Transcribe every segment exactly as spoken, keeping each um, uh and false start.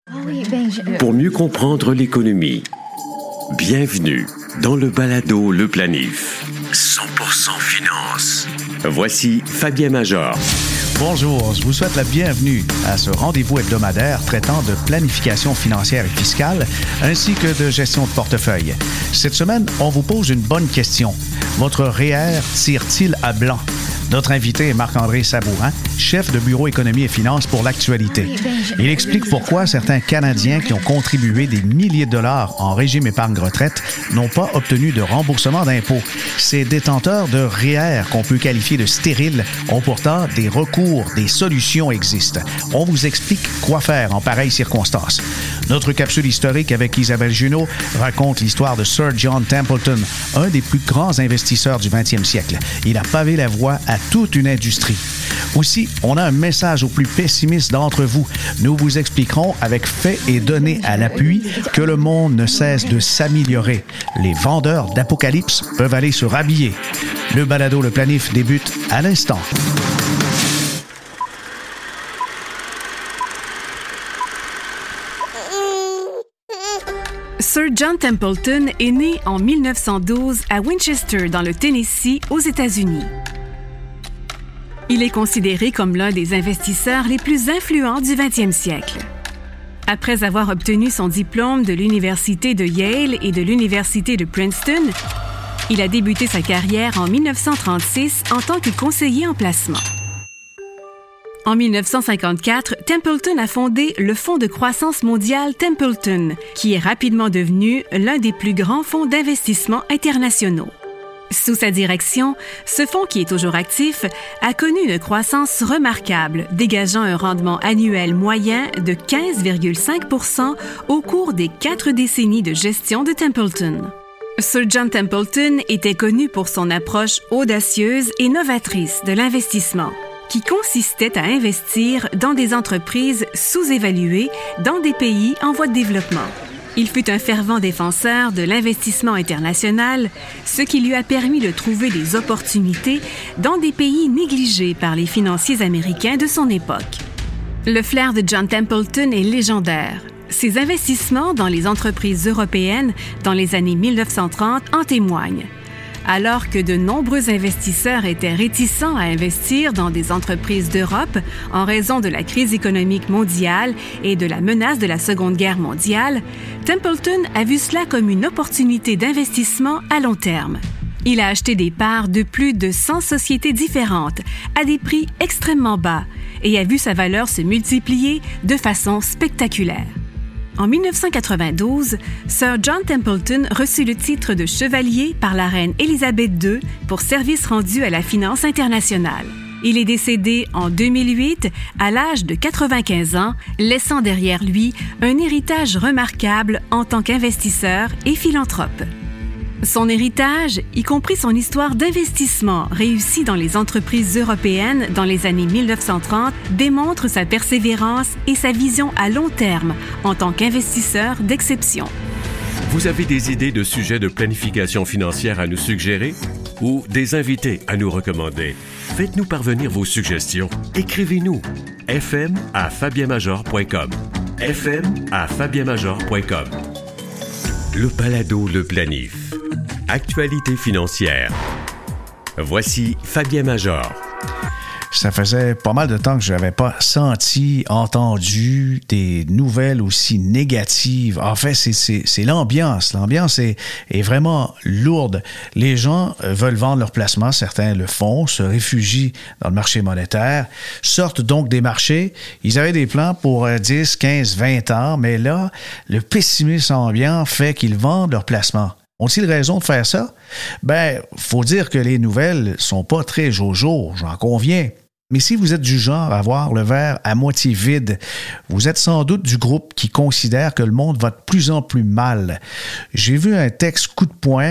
Oui, ben, je... Pour mieux comprendre l'économie, bienvenue dans le balado Le Planif. cent pour cent finance. Voici Fabien Major. Bonjour, je vous souhaite la bienvenue à ce rendez-vous hebdomadaire traitant de planification financière et fiscale ainsi que de gestion de portefeuille. Cette semaine, on vous pose une bonne question. Votre R E E R tire-t-il à blanc? Notre invité est Marc-André Sabourin, chef de bureau économie et finances pour l'actualité. Il explique pourquoi certains Canadiens qui ont contribué des milliers de dollars en régime épargne-retraite n'ont pas obtenu de remboursement d'impôts. Ces détenteurs de R E E R qu'on peut qualifier de stériles ont pourtant des recours, des solutions existent. On vous explique quoi faire en pareille circonstance. Notre capsule historique avec Isabelle Junot raconte l'histoire de Sir John Templeton, un des plus grands investisseurs du vingtième siècle. Il a pavé la voie à toute une industrie. Aussi, on a un message aux plus pessimistes d'entre vous. Nous vous expliquerons avec faits et données à l'appui que le monde ne cesse de s'améliorer. Les vendeurs d'apocalypse peuvent aller se rhabiller. Le balado Le Planif débute à l'instant. Sir John Templeton est né en mille neuf cent douze à Winchester, dans le Tennessee, aux États-Unis. Il est considéré comme l'un des investisseurs les plus influents du vingtième siècle. Après avoir obtenu son diplôme de l'Université de Yale et de l'Université de Princeton, il a débuté sa carrière en mille neuf cent trente-six en tant que conseiller en placement. En mille neuf cent cinquante-quatre, Templeton a fondé le Fonds de croissance mondial Templeton, qui est rapidement devenu l'un des plus grands fonds d'investissement internationaux. Sous sa direction, ce fonds, qui est toujours actif, a connu une croissance remarquable, dégageant un rendement annuel moyen de quinze virgule cinq pour cent au cours des quatre décennies de gestion de Templeton. Sir John Templeton était connu pour son approche audacieuse et novatrice de l'investissement, qui consistait à investir dans des entreprises sous-évaluées dans des pays en voie de développement. Il fut un fervent défenseur de l'investissement international, ce qui lui a permis de trouver des opportunités dans des pays négligés par les financiers américains de son époque. Le flair de John Templeton est légendaire. Ses investissements dans les entreprises européennes dans les années mille neuf cent trente en témoignent. Alors que de nombreux investisseurs étaient réticents à investir dans des entreprises d'Europe en raison de la crise économique mondiale et de la menace de la Seconde Guerre mondiale, Templeton a vu cela comme une opportunité d'investissement à long terme. Il a acheté des parts de plus de cent sociétés différentes à des prix extrêmement bas et a vu sa valeur se multiplier de façon spectaculaire. En mille neuf cent quatre-vingt-douze, Sir John Templeton reçut le titre de chevalier par la reine Élisabeth deux pour service rendu à la finance internationale. Il est décédé en deux mille huit à l'âge de quatre-vingt-quinze ans, laissant derrière lui un héritage remarquable en tant qu'investisseur et philanthrope. Son héritage, y compris son histoire d'investissement réussi dans les entreprises européennes dans les années mille neuf cent trente, démontre sa persévérance et sa vision à long terme en tant qu'investisseur d'exception. Vous avez des idées de sujets de planification financière à nous suggérer ou des invités à nous recommander? Faites-nous parvenir vos suggestions. Écrivez-nous fm à fabienmajor point com. fm à fabienmajor point com. Le balado Le Planif. Actualité financière. Voici Fabien Major. Ça faisait pas mal de temps que je n'avais pas senti, entendu des nouvelles aussi négatives. En fait, c'est, c'est, c'est l'ambiance. L'ambiance est, est vraiment lourde. Les gens veulent vendre leurs placements. Certains le font, se réfugient dans le marché monétaire, sortent donc des marchés. Ils avaient des plans pour dix, quinze, vingt ans, mais là, le pessimisme ambiant fait qu'ils vendent leurs placements. Ont-ils raison de faire ça? Ben, faut dire que les nouvelles sont pas très jojo, j'en conviens. Mais si vous êtes du genre à voir le verre à moitié vide, vous êtes sans doute du groupe qui considère que le monde va de plus en plus mal. J'ai vu un texte coup de poing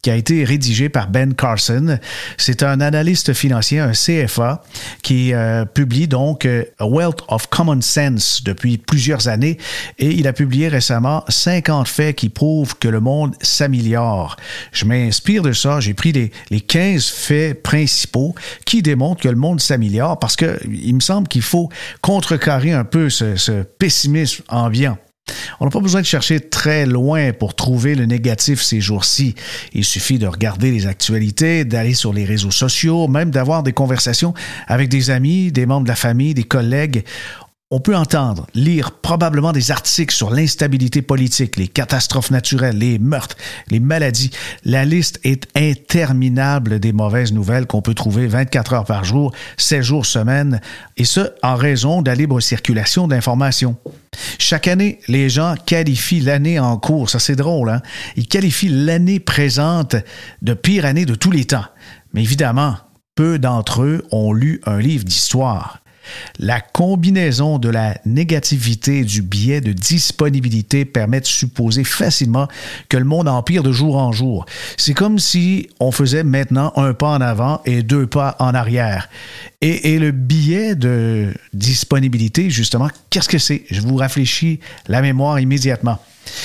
qui a été rédigé par Ben Carson. C'est un analyste financier, un C F A, qui euh, publie donc euh, A Wealth of Common Sense depuis plusieurs années et il a publié récemment cinquante faits qui prouvent que le monde s'améliore. Je m'inspire de ça, j'ai pris les, les quinze faits principaux qui démontrent que le monde s'améliore parce que il me semble qu'il faut contrecarrer un peu ce, ce pessimisme ambiant. On n'a pas besoin de chercher très loin pour trouver le négatif ces jours-ci. Il suffit de regarder les actualités, d'aller sur les réseaux sociaux, même d'avoir des conversations avec des amis, des membres de la famille, des collègues. On peut entendre, lire probablement des articles sur l'instabilité politique, les catastrophes naturelles, les meurtres, les maladies. La liste est interminable des mauvaises nouvelles qu'on peut trouver vingt-quatre heures par jour, sept jours semaine, et ce, en raison de la libre circulation d'informations. Chaque année, les gens qualifient l'année en cours. Ça, c'est drôle, hein? Ils qualifient l'année présente de pire année de tous les temps. Mais évidemment, peu d'entre eux ont lu un livre d'histoire. La combinaison de la négativité et du biais de disponibilité permet de supposer facilement que le monde empire de jour en jour. C'est comme si on faisait maintenant un pas en avant et deux pas en arrière. Et, et le biais de disponibilité, justement, qu'est-ce que c'est? Je vous rafraîchis la mémoire immédiatement.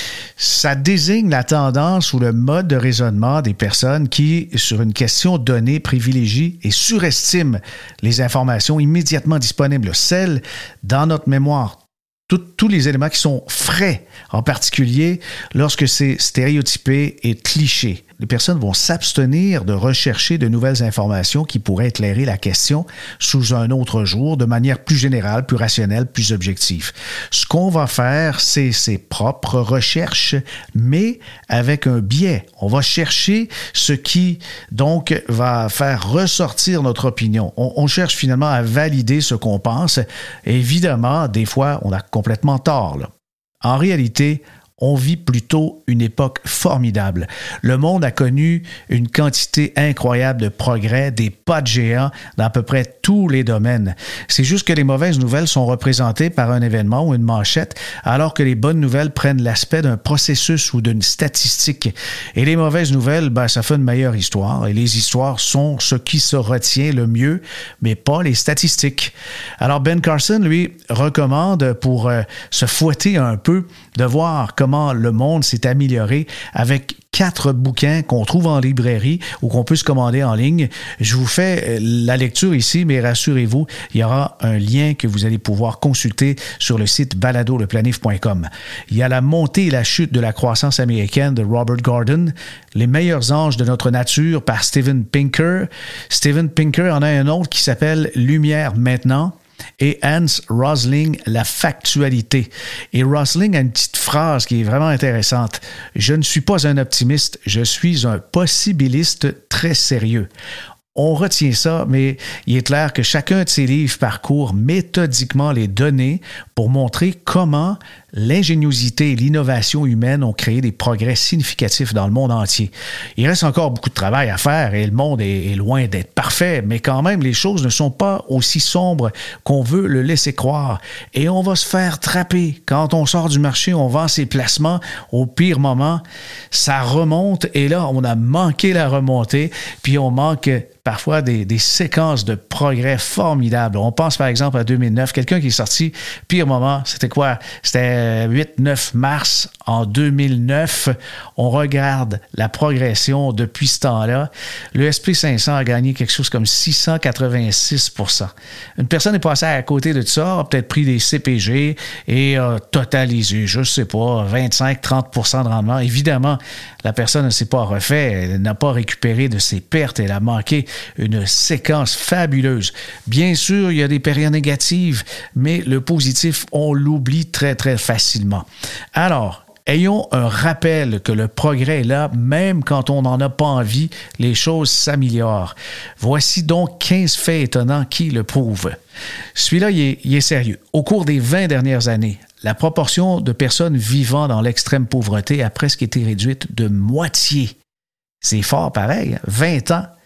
Ça désigne la tendance ou le mode de raisonnement des personnes qui, sur une question donnée, privilégient et surestiment les informations immédiatement disponibles, celles dans notre mémoire. Tous les éléments qui sont frais, en particulier lorsque c'est stéréotypé et cliché. Les personnes vont s'abstenir de rechercher de nouvelles informations qui pourraient éclairer la question sous un autre jour de manière plus générale, plus rationnelle, plus objective. Ce qu'on va faire, c'est ses propres recherches, mais avec un biais. On va chercher ce qui, donc, va faire ressortir notre opinion. On, on cherche finalement à valider ce qu'on pense. Et évidemment, des fois, on a complètement tort, là. En réalité, on vit plutôt une époque formidable. Le monde a connu une quantité incroyable de progrès, des pas de géant dans à peu près tous les domaines. C'est juste que les mauvaises nouvelles sont représentées par un événement ou une manchette, alors que les bonnes nouvelles prennent l'aspect d'un processus ou d'une statistique. Et les mauvaises nouvelles, ben, ça fait une meilleure histoire. Et les histoires sont ce qui se retient le mieux, mais pas les statistiques. Alors Ben Carson, lui, recommande pour euh, se fouetter un peu de voir comment le monde s'est amélioré avec quatre bouquins qu'on trouve en librairie ou qu'on peut se commander en ligne. Je vous fais la lecture ici, mais rassurez-vous, il y aura un lien que vous allez pouvoir consulter sur le site balado le planif point com. Il y a La montée et la chute de la croissance américaine de Robert Gordon, Les meilleurs anges de notre nature par Steven Pinker. Steven Pinker en a un autre qui s'appelle Lumière maintenant. Et Hans Rosling, La factualité. Et Rosling a une petite phrase qui est vraiment intéressante. « Je ne suis pas un optimiste, je suis un possibiliste très sérieux. » On retient ça, mais il est clair que chacun de ces livres parcourt méthodiquement les données pour montrer comment l'ingéniosité et l'innovation humaine ont créé des progrès significatifs dans le monde entier. Il reste encore beaucoup de travail à faire et le monde est, est loin d'être parfait, mais quand même, les choses ne sont pas aussi sombres qu'on veut le laisser croire. Et on va se faire trapper. Quand on sort du marché, on vend ses placements au pire moment, ça remonte et là, on a manqué la remontée, puis on manque parfois des, des séquences de progrès formidables. On pense par exemple à deux mille neuf, quelqu'un qui est sorti, pire moment, c'était quoi? C'était huit neuf mars en deux mille neuf. On regarde la progression depuis ce temps-là. Le S and P cinq cents a gagné quelque chose comme six cent quatre-vingt-six pour cent. Une personne est passée à côté de ça, a peut-être pris des C P G et a totalisé, je ne sais pas, vingt-cinq à trente pour cent de rendement. Évidemment, la personne ne s'est pas refait, elle n'a pas récupéré de ses pertes, elle a manqué une séquence fabuleuse. Bien sûr, il y a des périodes négatives, mais le positif, on l'oublie très, très facilement. Alors, ayons un rappel que le progrès est là, même quand on n'en a pas envie, les choses s'améliorent. Voici donc quinze faits étonnants qui le prouvent. Celui-là, il est, il est sérieux. Au cours des vingt dernières années, la proportion de personnes vivant dans l'extrême pauvreté a presque été réduite de moitié. C'est fort pareil, vingt ans.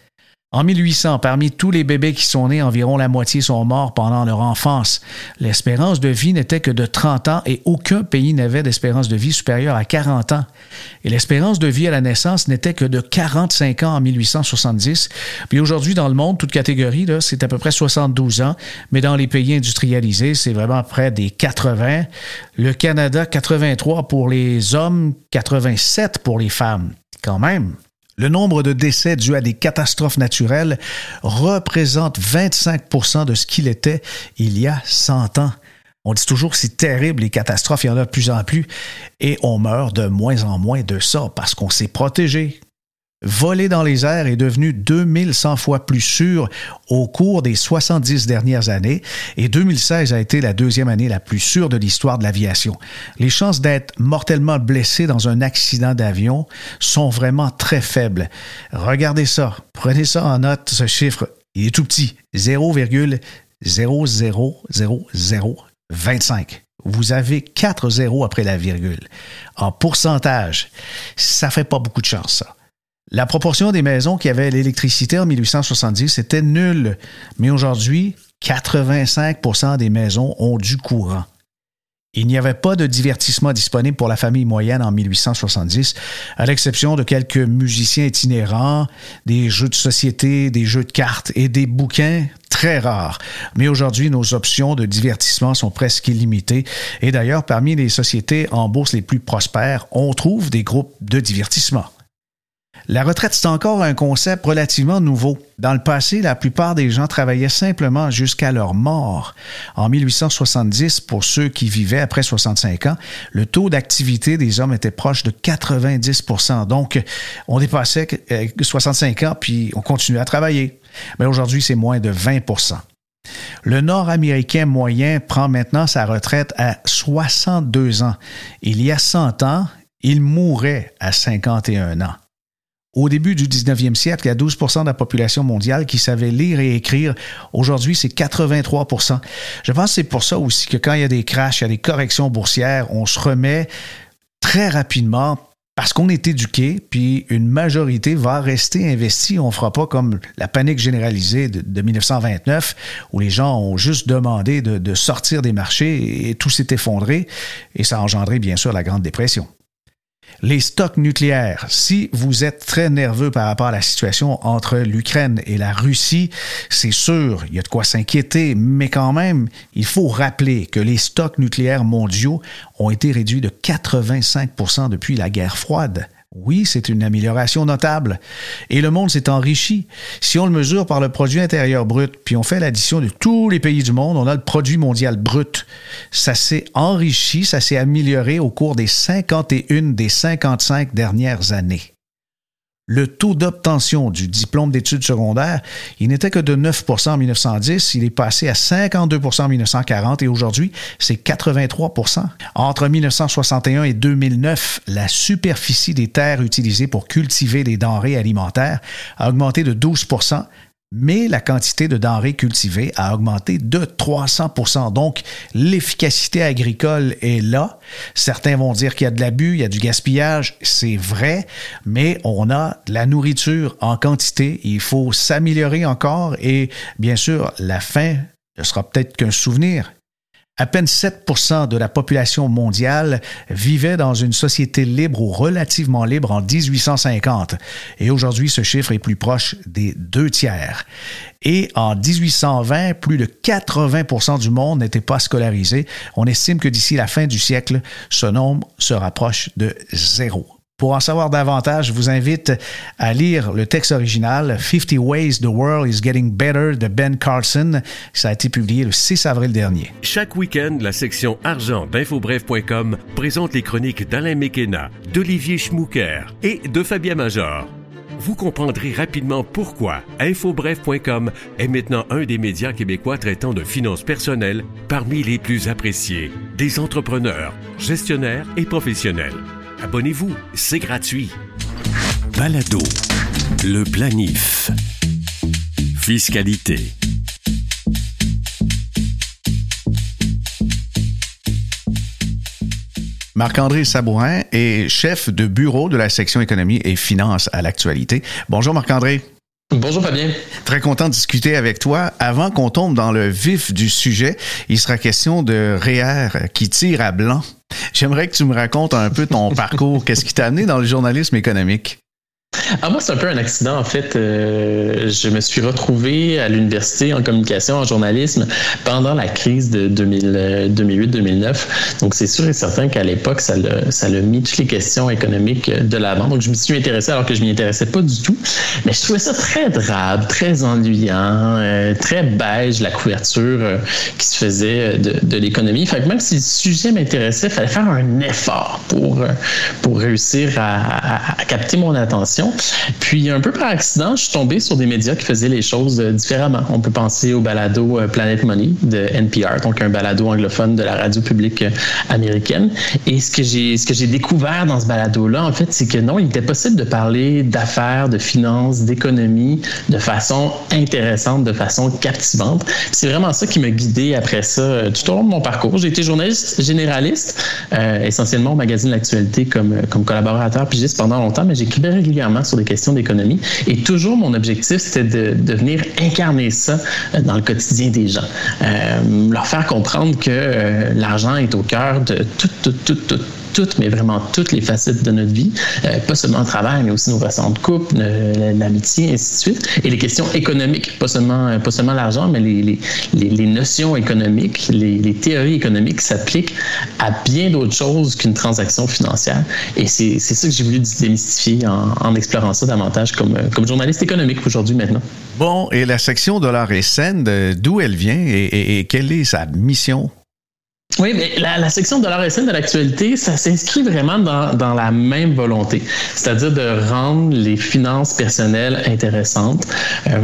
En mille huit cents, parmi tous les bébés qui sont nés, environ la moitié sont morts pendant leur enfance. L'espérance de vie n'était que de trente ans et aucun pays n'avait d'espérance de vie supérieure à quarante ans. Et l'espérance de vie à la naissance n'était que de quarante-cinq ans en mille huit cent soixante-dix. Puis aujourd'hui, dans le monde, toute catégorie, là, c'est à peu près soixante-douze ans. Mais dans les pays industrialisés, c'est vraiment près des quatre-vingts. Le Canada, quatre-vingt-trois pour les hommes, quatre-vingt-sept pour les femmes. Quand même. Le nombre de décès dus à des catastrophes naturelles représente vingt-cinq pour cent de ce qu'il était il y a cent ans. On dit toujours que c'est terrible, les catastrophes, il y en a de plus en plus, et on meurt de moins en moins de ça parce qu'on s'est protégé. Voler dans les airs est devenu deux mille cent fois plus sûr au cours des soixante-dix dernières années et deux mille seize a été la deuxième année la plus sûre de l'histoire de l'aviation. Les chances d'être mortellement blessé dans un accident d'avion sont vraiment très faibles. Regardez ça, prenez ça en note, ce chiffre, il est tout petit, zéro virgule zéro zéro zéro zéro vingt-cinq. Vous avez quatre zéros après la virgule. En pourcentage, ça fait pas beaucoup de chance, ça. La proportion des maisons qui avaient l'électricité en mille huit cent soixante-dix était nulle, mais aujourd'hui, quatre-vingt-cinq pour cent des maisons ont du courant. Il n'y avait pas de divertissement disponible pour la famille moyenne en mille huit cent soixante-dix, à l'exception de quelques musiciens itinérants, des jeux de société, des jeux de cartes et des bouquins très rares. Mais aujourd'hui, nos options de divertissement sont presque illimitées. Et d'ailleurs, parmi les sociétés en bourse les plus prospères, on trouve des groupes de divertissement. La retraite, c'est encore un concept relativement nouveau. Dans le passé, la plupart des gens travaillaient simplement jusqu'à leur mort. En mille huit cent soixante-dix, pour ceux qui vivaient après soixante-cinq ans, le taux d'activité des hommes était proche de quatre-vingt-dix pour cent. Donc, on dépassait soixante-cinq ans, puis on continuait à travailler. Mais aujourd'hui, c'est moins de vingt pour cent. Le Nord-Américain moyen prend maintenant sa retraite à soixante-deux ans. Il y a cent ans, il mourait à cinquante et un ans. Au début du dix-neuvième siècle, il y a douze pour cent de la population mondiale qui savait lire et écrire. Aujourd'hui, c'est quatre-vingt-trois pour cent. Je pense que c'est pour ça aussi que quand il y a des crashs, il y a des corrections boursières, on se remet très rapidement parce qu'on est éduqué, puis une majorité va rester investie. On ne fera pas comme la panique généralisée de, de dix-neuf cent vingt-neuf, où les gens ont juste demandé de, de sortir des marchés et tout s'est effondré, et ça a engendré bien sûr la Grande Dépression. Les stocks nucléaires. Si vous êtes très nerveux par rapport à la situation entre l'Ukraine et la Russie, c'est sûr, il y a de quoi s'inquiéter, mais quand même, il faut rappeler que les stocks nucléaires mondiaux ont été réduits de quatre-vingt-cinq pour cent depuis la guerre froide. Oui, c'est une amélioration notable. Et le monde s'est enrichi. Si on le mesure par le produit intérieur brut, puis on fait l'addition de tous les pays du monde, on a le produit mondial brut. Ça s'est enrichi, ça s'est amélioré au cours des cinquante et une des cinquante-cinq dernières années. Le taux d'obtention du diplôme d'études secondaires, il n'était que de neuf pour cent en dix-neuf cent dix, il est passé à cinquante-deux pour cent en dix-neuf cent quarante et aujourd'hui, c'est quatre-vingt-trois pour cent. Entre dix-neuf cent soixante et un et deux mille neuf, la superficie des terres utilisées pour cultiver les denrées alimentaires a augmenté de douze pour cent, mais la quantité de denrées cultivées a augmenté de trois cents pour cent. Donc, l'efficacité agricole est là. Certains vont dire qu'il y a de l'abus, il y a du gaspillage. C'est vrai, mais on a de la nourriture en quantité. Il faut s'améliorer encore et, bien sûr, la faim ne sera peut-être qu'un souvenir. À peine sept pour cent de la population mondiale vivait dans une société libre ou relativement libre en dix-huit cent cinquante. Et aujourd'hui, ce chiffre est plus proche des deux tiers. Et en dix-huit cent vingt, plus de quatre-vingts pour cent du monde n'était pas scolarisé. On estime que d'ici la fin du siècle, ce nombre se rapproche de zéro. Pour en savoir davantage, je vous invite à lire le texte original « fifty Ways the World is Getting Better » de Ben Carlson. Ça a été publié le six avril dernier. Chaque week-end, la section argent d'infobref point com présente les chroniques d'Alain Mekena, d'Olivier Schmucker et de Fabien Major. Vous comprendrez rapidement pourquoi infobref point com est maintenant un des médias québécois traitant de finances personnelles parmi les plus appréciés des entrepreneurs, gestionnaires et professionnels. Abonnez-vous, c'est gratuit. Balado, le planif. Fiscalité. Marc-André Sabourin est chef de bureau de la section économie et finances à l'actualité. Bonjour Marc-André. Bonjour Fabien. Très content de discuter avec toi. Avant qu'on tombe dans le vif du sujet, il sera question de R E E R qui tire à blanc. J'aimerais que tu me racontes un peu ton parcours. Qu'est-ce qui t'a amené dans le journalisme économique? Ah, moi, c'est un peu un accident, en fait. Euh, je me suis retrouvé à l'université en communication, en journalisme, pendant la crise de deux mille huit deux mille neuf. Donc, c'est sûr et certain qu'à l'époque, ça l'a, ça l'a mis toutes les questions économiques de l'avant. Donc, je me suis intéressé alors que je m'y intéressais pas du tout. Mais je trouvais ça très drabe, très ennuyant, euh, très beige, la couverture euh, qui se faisait de, de l'économie. Fait que même si le sujet m'intéressait, il fallait faire un effort pour, pour réussir à, à, à capter mon attention. Puis, un peu par accident, je suis tombé sur des médias qui faisaient les choses différemment. On peut penser au balado Planet Money de N P R, donc un balado anglophone de la radio publique américaine. Et ce que j'ai, ce que j'ai découvert dans ce balado-là, en fait, c'est que non, il était possible de parler d'affaires, de finances, d'économie de façon intéressante, de façon captivante. Puis c'est vraiment ça qui m'a guidé après ça tout au long de mon parcours. J'ai été journaliste généraliste, euh, essentiellement au magazine L'Actualité comme, comme collaborateur pigiste pendant longtemps, mais j'écrivais régulièrement sur des questions d'économie. Et toujours, mon objectif, c'était de, de venir incarner ça dans le quotidien des gens. Euh, leur faire comprendre que euh, l'argent est au cœur de tout, tout, tout, tout, toutes, mais vraiment toutes les facettes de notre vie. Euh, pas seulement le travail, mais aussi nos relations de couple, euh, l'amitié, ainsi de suite. Et les questions économiques, pas seulement, pas seulement l'argent, mais les, les, les, les notions économiques, les, les théories économiques s'appliquent à bien d'autres choses qu'une transaction financière. Et c'est, c'est ça que j'ai voulu démystifier en, en explorant ça davantage comme, comme journaliste économique aujourd'hui, maintenant. Bon, et la section Dollars et cents, d'où elle vient et, et, et quelle est sa mission? Oui, mais la, la section Dollars et cents de l'Actualité, ça s'inscrit vraiment dans, dans la même volonté, c'est-à-dire de rendre les finances personnelles intéressantes. Euh,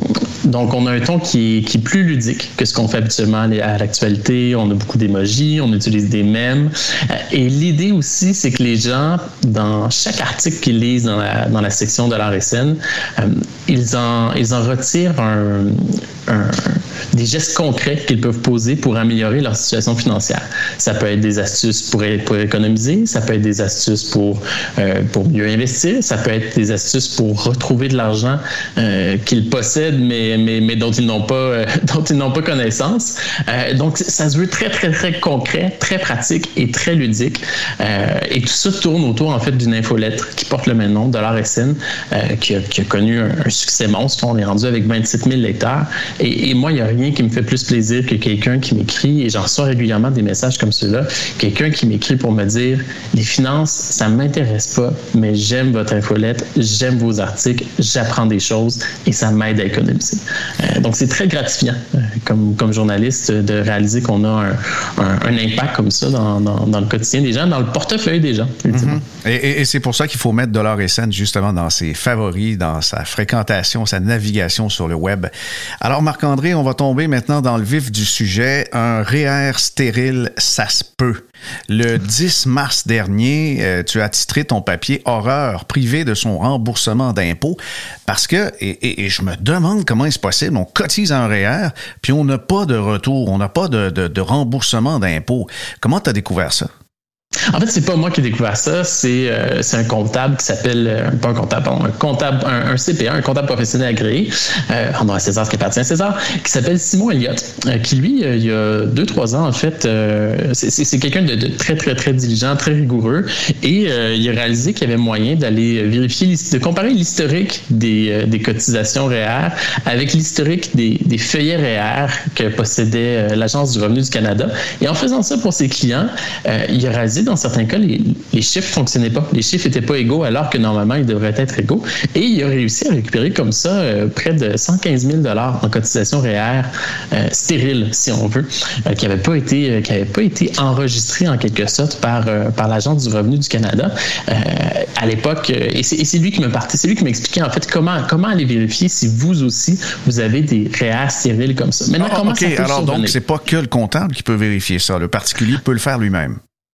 donc, on a un ton qui est, qui est plus ludique que ce qu'on fait habituellement à l'Actualité. On a beaucoup d'émojis, on utilise des mèmes. Et l'idée aussi, c'est que les gens, dans chaque article qu'ils lisent dans la, dans la section Dollars et cents, euh, ils, en, ils en retirent un, un, des gestes concrets qu'ils peuvent poser pour améliorer leur situation financière. Ça peut être des astuces pour, pour économiser, ça peut être des astuces pour, euh, pour mieux investir, ça peut être des astuces pour retrouver de l'argent euh, qu'ils possèdent, mais, mais, mais dont ils n'ont pas, euh, dont ils n'ont pas connaissance. Euh, donc, ça se veut très, très, très concret, très pratique et très ludique. Euh, et tout ça tourne autour, en fait, d'une infolettre qui porte le même nom, Dollars et cents, euh, qui, a, qui a connu un, un succès monstre. On est rendu avec vingt-sept mille lecteurs. Et, et moi, il n'y a rien qui me fait plus plaisir que quelqu'un qui m'écrit, et j'en reçois régulièrement des messages comme ceux-là, quelqu'un qui m'écrit pour me dire « Les finances, ça ne m'intéresse pas, mais j'aime votre infolette, j'aime vos articles, j'apprends des choses et ça m'aide à économiser. Euh, » Donc, c'est très gratifiant euh, comme, comme journaliste de réaliser qu'on a un, un, un impact comme ça dans, dans, dans le quotidien des gens, dans le portefeuille des gens, ultimement. Mm-hmm. Et, et, et c'est pour ça qu'il faut mettre Dollars et cents justement dans ses favoris, dans sa fréquentation, sa navigation sur le web. Alors, Marc-André, on va tomber maintenant dans le vif du sujet. Un R E E R stérile, ça se peut. Le dix mars dernier, euh, tu as titré ton papier « Horreur, privé de son remboursement d'impôts » parce que, et, et, et je me demande comment est-ce possible, on cotise un R E E R, puis on n'a pas de retour, on n'a pas de, de, de remboursement d'impôts. Comment tu as découvert ça? En fait, c'est pas moi qui ai découvert ça, c'est, euh, c'est un comptable qui s'appelle, euh, pas un comptable, pardon, un comptable, un, un C P A, un comptable professionnel agréé, euh, on a César ce qui appartient à César, qui s'appelle Simon Elliott, euh, qui lui, euh, il y a deux, trois ans, en fait, euh, c'est, c'est, c'est quelqu'un de, de très, très, très diligent, très rigoureux, et euh, il a réalisé qu'il y avait moyen d'aller vérifier, de comparer l'historique des, euh, des cotisations R E E R avec l'historique des, des feuillets R E E R que possédait euh, l'Agence du revenu du Canada. Et en faisant ça pour ses clients, euh, il a réalisé dans certains cas, les, les chiffres ne fonctionnaient pas. Les chiffres n'étaient pas égaux alors que normalement, ils devraient être égaux. Et il a réussi à récupérer comme ça euh, près de cent quinze mille dollars en cotisation R E E R euh, stérile, si on veut, euh, qui n'avait pas été, euh, qui avait pas été enregistré en quelque sorte par, euh, par l'Agence du revenu du Canada. Euh, à l'époque, euh, et, c'est, et c'est lui qui me partait, c'est lui qui m'expliquait en fait comment, comment aller vérifier si vous aussi, vous avez des R E E R stériles comme ça. Maintenant, ah, comment okay. ça peut Alors survenir? donc, c'est pas que le comptable qui peut vérifier ça. Le particulier peut le faire lui-même.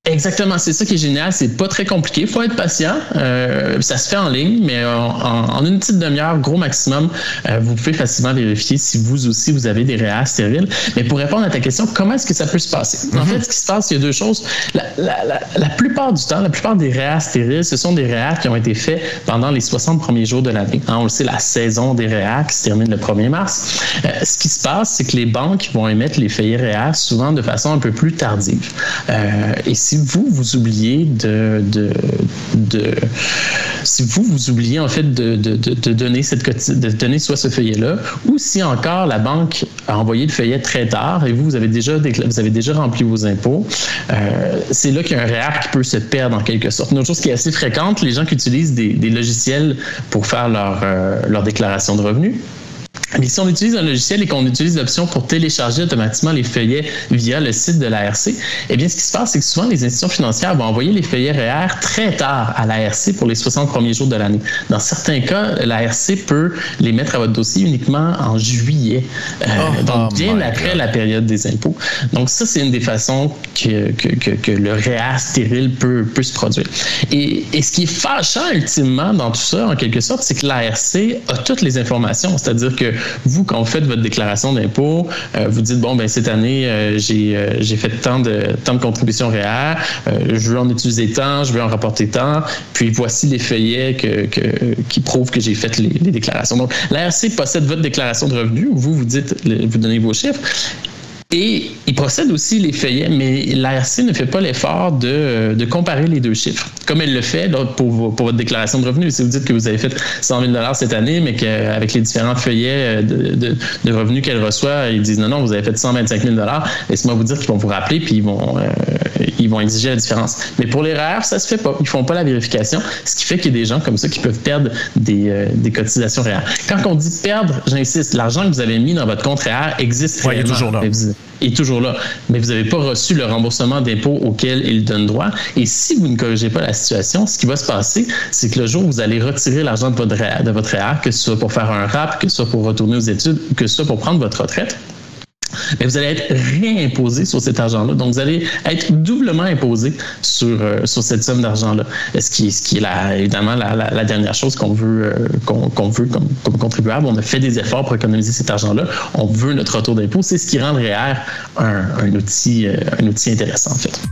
Exactement, c'est ça qui est génial. C'est pas très compliqué. Il faut être patient. Euh, ça se fait en ligne, mais en, en une petite demi-heure, gros maximum, euh, vous pouvez facilement vérifier si vous aussi vous avez des réa stériles. Mais pour répondre à ta question, comment est-ce que ça peut se passer? Mm-hmm. En fait, ce qui se passe, il y a deux choses. La, la, la, la plupart du temps, la plupart des réa stériles, ce sont des réa qui ont été faits pendant les soixante premiers jours de l'année. Hein, on le sait, la saison des réa qui se termine le premier mars. Euh, ce qui se passe, c'est que les banques vont émettre les feuillets réa souvent de façon un peu plus tardive. Euh, et si vous, vous oubliez de, de, de si vous, vous oubliez en fait de, de, de, de donner cette de donner soit ce feuillet-là, ou si encore la banque a envoyé le feuillet très tard et vous, vous avez déjà, vous avez déjà rempli vos impôts, euh, c'est là qu'il y a un réa qui peut se perdre en quelque sorte. Une autre chose qui est assez fréquente, les gens qui utilisent des, des logiciels pour faire leur, euh, leur déclaration de revenus. Mais si on utilise un logiciel et qu'on utilise l'option pour télécharger automatiquement les feuillets via le site de l'A R C, eh bien, ce qui se passe, c'est que souvent, les institutions financières vont envoyer les feuillets réa très tard à l'A R C pour les soixante premiers jours de l'année. Dans certains cas, l'A R C peut les mettre à votre dossier uniquement en juillet, euh, oh, donc bien oh après God. la période des impôts. Donc ça, c'est une des façons que, que, que, que le réa stérile peut, peut se produire. Et, et ce qui est fâchant ultimement dans tout ça, en quelque sorte, c'est que l'A R C a toutes les informations, c'est-à-dire que vous, quand vous faites votre déclaration d'impôt, euh, vous dites, bon, ben cette année, euh, j'ai, euh, j'ai fait tant de, tant de contributions réa, euh, je veux en utiliser tant, je veux en rapporter tant, puis voici les feuillets que, que, qui prouvent que j'ai fait les, les déclarations. Donc, l'A R C possède votre déclaration de revenus, vous, vous dites, vous donnez vos chiffres, et il possède aussi les feuillets, mais l'A R C ne fait pas l'effort de, de comparer les deux chiffres, comme elle le fait là, pour, pour votre déclaration de revenus. Si vous dites que vous avez fait cent mille dollars cette année, mais qu'avec les différents feuillets de, de, de revenus qu'elle reçoit, ils disent non, non, vous avez fait cent vingt-cinq mille dollars, laissez-moi vous dire qu'ils vont vous rappeler puis ils vont, euh, ils vont exiger la différence. Mais pour les R E E R, ça se fait pas. Ils font pas la vérification, ce qui fait qu'il y a des gens comme ça qui peuvent perdre des, euh, des cotisations R E E R. Quand on dit perdre, j'insiste, l'argent que vous avez mis dans votre compte R E E R existe ouais, réellement. Il est toujours là. Il est toujours là, mais vous n'avez pas reçu le remboursement d'impôts auquel il donne droit. Et si vous ne corrigez pas la situation, ce qui va se passer, c'est que le jour où vous allez retirer l'argent de votre R E E R, de votre R E E R, que ce soit pour faire un R A P, que ce soit pour retourner aux études, ou que ce soit pour prendre votre retraite, mais vous allez être réimposé sur cet argent-là. Donc, vous allez être doublement imposé sur, euh, sur cette somme d'argent-là. Ce qui, ce qui est la, évidemment la, la, la dernière chose qu'on veut, euh, qu'on, qu'on veut comme, comme contribuable. On a fait des efforts pour économiser cet argent-là. On veut notre retour d'impôt. C'est ce qui rend le R E E R un, un, outil, euh, un outil intéressant, en fait.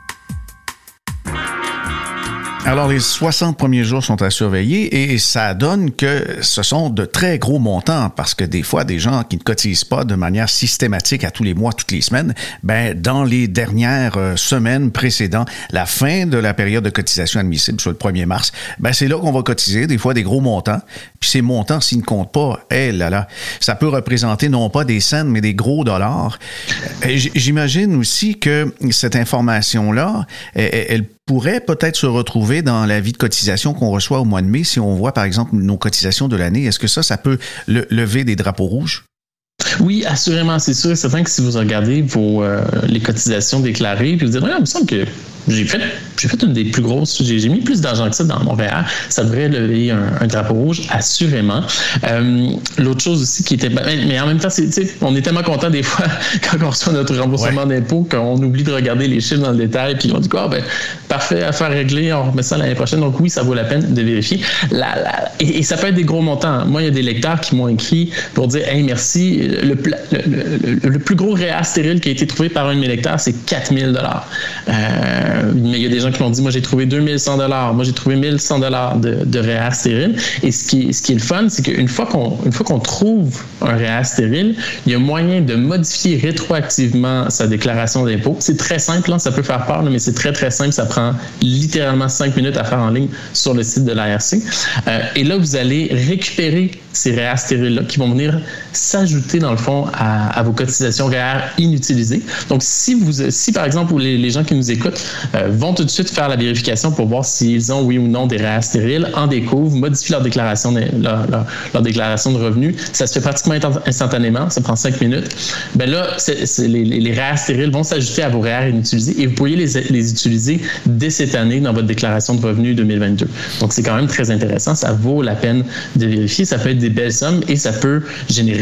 Alors, les soixante premiers jours sont à surveiller et ça donne que ce sont de très gros montants parce que des fois, des gens qui ne cotisent pas de manière systématique à tous les mois, toutes les semaines, ben, dans les dernières semaines précédant la fin de la période de cotisation admissible sur le premier mars, ben, c'est là qu'on va cotiser, des fois des gros montants. Puis ces montants, s'ils ne comptent pas, eh là là, ça peut représenter non pas des cents, mais des gros dollars. Et j'imagine aussi que cette information-là, elle, elle pourrait peut-être se retrouver dans l'avis de cotisation qu'on reçoit au mois de mai si on voit, par exemple, nos cotisations de l'année. Est-ce que ça, ça peut le, lever des drapeaux rouges? Oui, assurément, c'est sûr. C'est certain que si vous regardez vos, euh, les cotisations déclarées, puis vous dites, ah, il me semble que j'ai fait, j'ai fait une des plus grosses, j'ai, j'ai mis plus d'argent que ça dans mon R E E R, ça devrait lever un, un drapeau rouge, assurément. Euh, l'autre chose aussi qui était, mais en même temps, c'est, on est tellement content des fois quand on reçoit notre remboursement ouais. d'impôt qu'on oublie de regarder les chiffres dans le détail, puis on dit quoi, ben, parfait, affaire réglée, on remet ça l'année prochaine. Donc oui, ça vaut la peine de vérifier. La, la, et, et ça peut être des gros montants. Moi, il y a des lecteurs qui m'ont écrit pour dire, hey, merci, le, le, le, le, le plus gros R E E R stérile qui a été trouvé par un de mes lecteurs, c'est quatre mille dollars. Euh, mais il y a des gens qui m'ont dit, moi j'ai trouvé deux mille cent dollars, moi j'ai trouvé mille cent dollars de, de R E E R stérile. Et ce qui, ce qui est le fun, c'est qu'une fois qu'on, une fois qu'on trouve un R E E R stérile, il y a moyen de modifier rétroactivement sa déclaration d'impôt. C'est très simple, hein, ça peut faire peur, mais c'est très très simple. Ça prend littéralement cinq minutes à faire en ligne sur le site de l'A R C. Euh, et là, vous allez récupérer ces R E E R stériles-là qui vont venir s'ajouter dans le fond à, à vos cotisations R E E R inutilisées. Donc, si vous, si par exemple les, les gens qui nous écoutent euh, vont tout de suite faire la vérification pour voir s'ils ont oui ou non des R E E R stériles, en découvrent, modifient leur déclaration de, leur, leur, leur déclaration de revenus, ça se fait pratiquement instantanément, ça prend cinq minutes. Ben là, c'est, c'est les, les R E E R stériles vont s'ajouter à vos R E E R inutilisés et vous pourriez les, les utiliser dès cette année dans votre déclaration de revenus deux mille vingt-deux. Donc, c'est quand même très intéressant, ça vaut la peine de vérifier, ça peut être des belles sommes et ça peut générer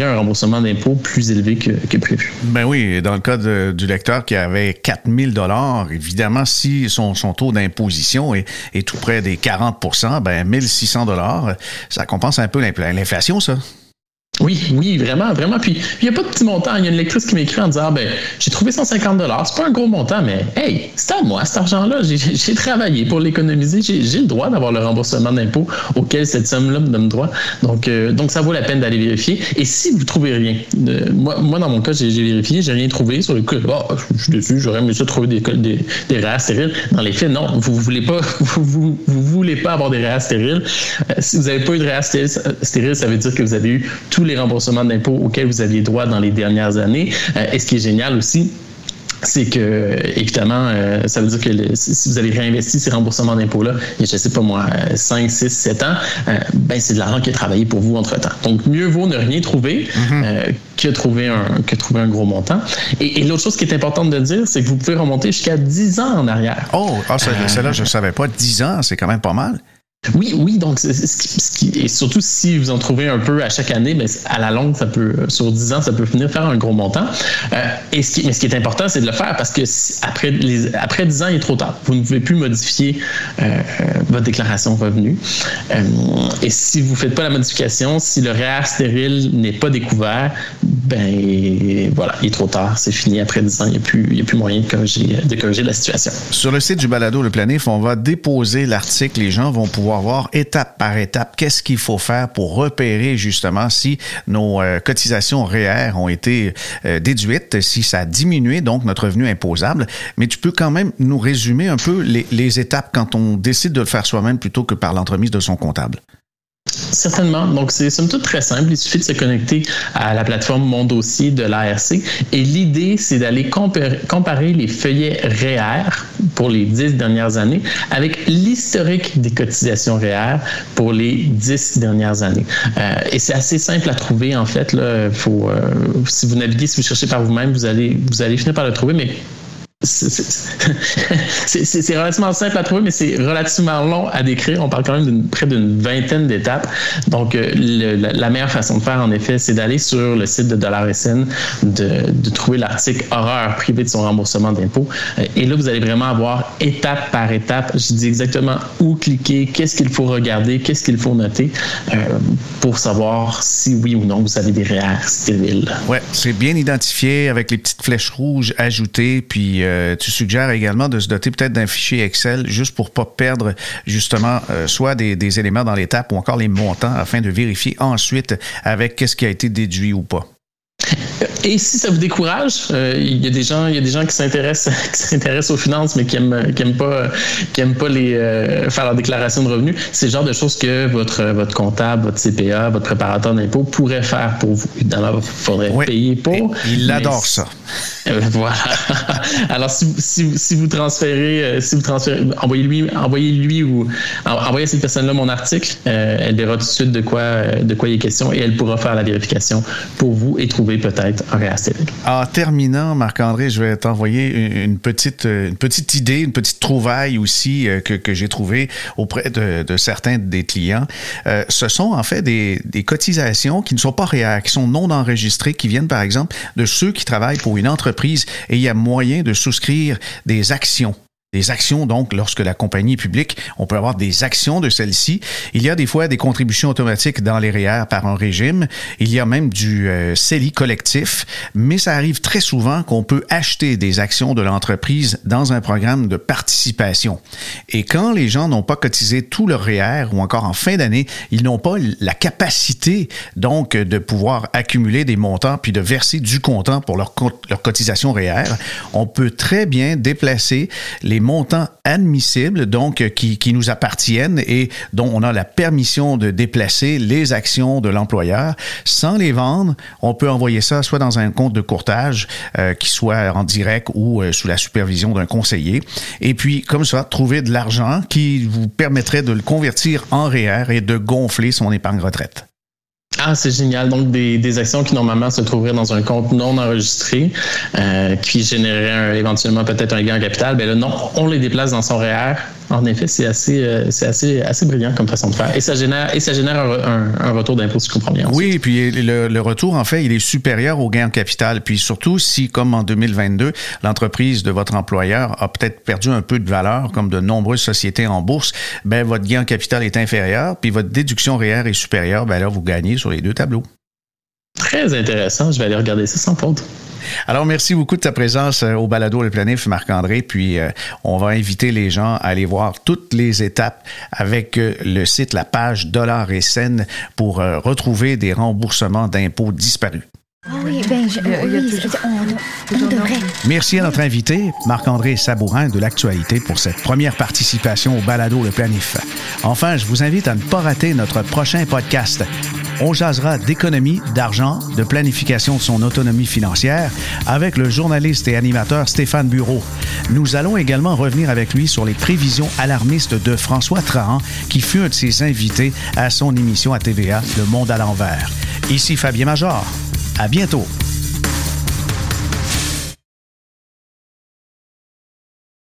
générer un remboursement d'impôt plus élevé que, que prévu. Ben oui, dans le cas de, du lecteur qui avait quatre mille dollars, évidemment, si son, son taux d'imposition est, est tout près des quarante pour cent, ben mille six cents dollars, ça compense un peu l'inflation, ça. Oui, oui, vraiment, vraiment. Puis, il n'y a pas de petit montant. Il y a une lectrice qui m'écrit en disant ah, ben, j'ai trouvé cent cinquante dollars. C'est pas un gros montant, mais hey, c'est à moi, cet argent-là. J'ai, j'ai travaillé pour l'économiser. J'ai, j'ai le droit d'avoir le remboursement d'impôt auquel cette somme-là me donne droit. Donc, euh, donc, ça vaut la peine d'aller vérifier. Et si vous ne trouvez rien, de, moi, moi, dans mon cas, j'ai, j'ai vérifié, j'ai rien trouvé. Sur le coup, oh, je suis déçu, j'aurais aimé ça trouver des, des, des R E E R stériles. Dans les faits, non, vous ne voulez pas, vous, vous, vous voulez pas avoir des R E E R stériles. Euh, si vous n'avez pas eu de R E E R stériles, ça veut dire que vous avez eu tous les remboursements d'impôts auxquels vous aviez droit dans les dernières années. Euh, et ce qui est génial aussi, c'est que, évidemment, euh, ça veut dire que le, si vous avez réinvesti ces remboursements d'impôts-là, il y a, je ne sais pas moi, cinq, six, sept ans, euh, ben c'est de l'argent qui a travaillé pour vous entre-temps. Donc, mieux vaut ne rien trouver mm-hmm. euh, que, trouver un, que trouver un gros montant. Et, et l'autre chose qui est importante de dire, c'est que vous pouvez remonter jusqu'à dix ans en arrière. Oh, ah, ça, euh, celle-là, je ne savais pas. dix ans, c'est quand même pas mal. Oui, oui, donc ce qui, ce qui, et surtout si vous en trouvez un peu à chaque année, mais à la longue, ça peut, sur dix ans, ça peut venir faire un gros montant. Euh, et ce qui, mais ce qui est important, c'est de le faire parce que si, après, les, après dix ans, il est trop tard. Vous ne pouvez plus modifier euh, votre déclaration de revenus. Euh, et si vous ne faites pas la modification, si le R E E R stérile n'est pas découvert, ben voilà, il est trop tard, c'est fini. Après dix ans, il n'y a plus, il y a plus moyen de corriger, de corriger la situation. Sur le site du Balado Le Planif, on va déposer l'article. Les gens vont pouvoir voir étape par étape qu'est-ce qu'il faut faire pour repérer justement si nos euh, cotisations R E E R ont été euh, déduites, si ça a diminué donc notre revenu imposable. Mais tu peux quand même nous résumer un peu les, les étapes quand on décide de le faire soi-même plutôt que par l'entremise de son comptable. Certainement. Donc, c'est somme toute très simple. Il suffit de se connecter à la plateforme Mon Dossier de l'A R C. Et l'idée, c'est d'aller comparer, comparer les feuillets R E E R pour les dix dernières années avec l'historique des cotisations R E E R pour les dix dernières années. Euh, et c'est assez simple à trouver, en fait. Là, faut, euh, si vous naviguez, si vous cherchez par vous-même, vous allez, vous allez finir par le trouver, mais C'est, c'est, c'est, c'est relativement simple à trouver, mais c'est relativement long à décrire. On parle quand même d'une près d'une vingtaine d'étapes. Donc, euh, le, la, la meilleure façon de faire, en effet, c'est d'aller sur le site de Dollar S N, de, de trouver l'article « Horreur privée de son remboursement d'impôt ». Et là, vous allez vraiment avoir étape par étape. Je dis exactement où cliquer, qu'est-ce qu'il faut regarder, qu'est-ce qu'il faut noter euh, pour savoir si oui ou non vous avez des R E E R stériles. Oui, c'est bien identifié avec les petites flèches rouges ajoutées, puis euh, Euh, tu suggères également de se doter peut-être d'un fichier Excel juste pour ne pas perdre justement euh, soit des, des éléments dans l'étape ou encore les montants afin de vérifier ensuite avec qu'est-ce qui a été déduit ou pas. Et si ça vous décourage, euh, il y a des gens, il y a des gens qui s'intéressent, qui s'intéressent aux finances, mais qui aiment, qui aiment pas, qui aiment pas les euh, faire leur déclaration de revenus. C'est le genre de choses que votre votre comptable, votre C P A, votre préparateur d'impôt pourrait faire pour vous. Évidemment, il faudrait oui, payer pour. Il adore ça. Euh, voilà. Alors si si si vous transférez, euh, si vous transférez, envoyez-lui, envoyez-lui ou envoyez à cette personne-là mon article. Euh, elle verra tout de suite de quoi de quoi il est question et elle pourra faire la vérification pour vous et trouver peut-être un R E E R stérile. En terminant, Marc-André, je vais t'envoyer une petite, une petite idée, une petite trouvaille aussi que, que j'ai trouvée auprès de, de certains des clients. Euh, ce sont en fait des, des cotisations qui ne sont pas R E E R, qui sont non enregistrées, qui viennent par exemple de ceux qui travaillent pour une entreprise et il y a moyen de souscrire des actions. Des actions, donc, lorsque la compagnie est publique, on peut avoir des actions de celle-ci. Il y a des fois des contributions automatiques dans les R E E R par un régime. Il y a même du euh, C E L I collectif. Mais ça arrive très souvent qu'on peut acheter des actions de l'entreprise dans un programme de participation. Et quand les gens n'ont pas cotisé tout leur R E E R ou encore en fin d'année, ils n'ont pas la capacité, donc, de pouvoir accumuler des montants puis de verser du comptant pour leur, leur cotisation R E E R, on peut très bien déplacer les montants admissibles, donc qui, qui nous appartiennent et dont on a la permission de déplacer les actions de l'employeur. Sans les vendre, on peut envoyer ça soit dans un compte de courtage, euh, qui soit en direct ou euh, sous la supervision d'un conseiller. Et puis, comme ça, trouver de l'argent qui vous permettrait de le convertir en R E E R et de gonfler son épargne retraite. Ah, c'est génial. Donc, des, des actions qui, normalement, se trouveraient dans un compte non enregistré, euh, qui généreraient un, éventuellement peut-être un gain en capital, bien là, non, on les déplace dans son R E E R En effet, c'est assez, euh, c'est assez, assez brillant comme façon de faire. Et ça génère, et ça génère un, un, un retour d'impôt, si je comprends bien. Oui, puis le, le retour, en fait, il est supérieur au gain en capital. Puis surtout, si, comme en deux mille vingt-deux, l'entreprise de votre employeur a peut-être perdu un peu de valeur, comme de nombreuses sociétés en bourse, ben votre gain en capital est inférieur, puis votre déduction réelle est supérieure, ben là, vous gagnez sur les deux tableaux. Très intéressant. Je vais aller regarder ça sans faute. Alors, merci beaucoup de ta présence au Balado Le Planif, Marc-André. Puis, euh, on va inviter les gens à aller voir toutes les étapes avec euh, le site, la page Dollars et Cents pour euh, retrouver des remboursements d'impôts disparus. Ah oui, bien, je, oui, on, on devrait. Merci à notre invité, Marc-André Sabourin de l'Actualité, pour cette première participation au Balado Le Planif. Enfin, je vous invite à ne pas rater notre prochain podcast. On jasera d'économie, d'argent, de planification de son autonomie financière avec le journaliste et animateur Stéphane Bureau. Nous allons également revenir avec lui sur les prévisions alarmistes de François Trahan, qui fut un de ses invités à son émission à T V A, Le Monde à l'envers. Ici Fabien Major. À bientôt.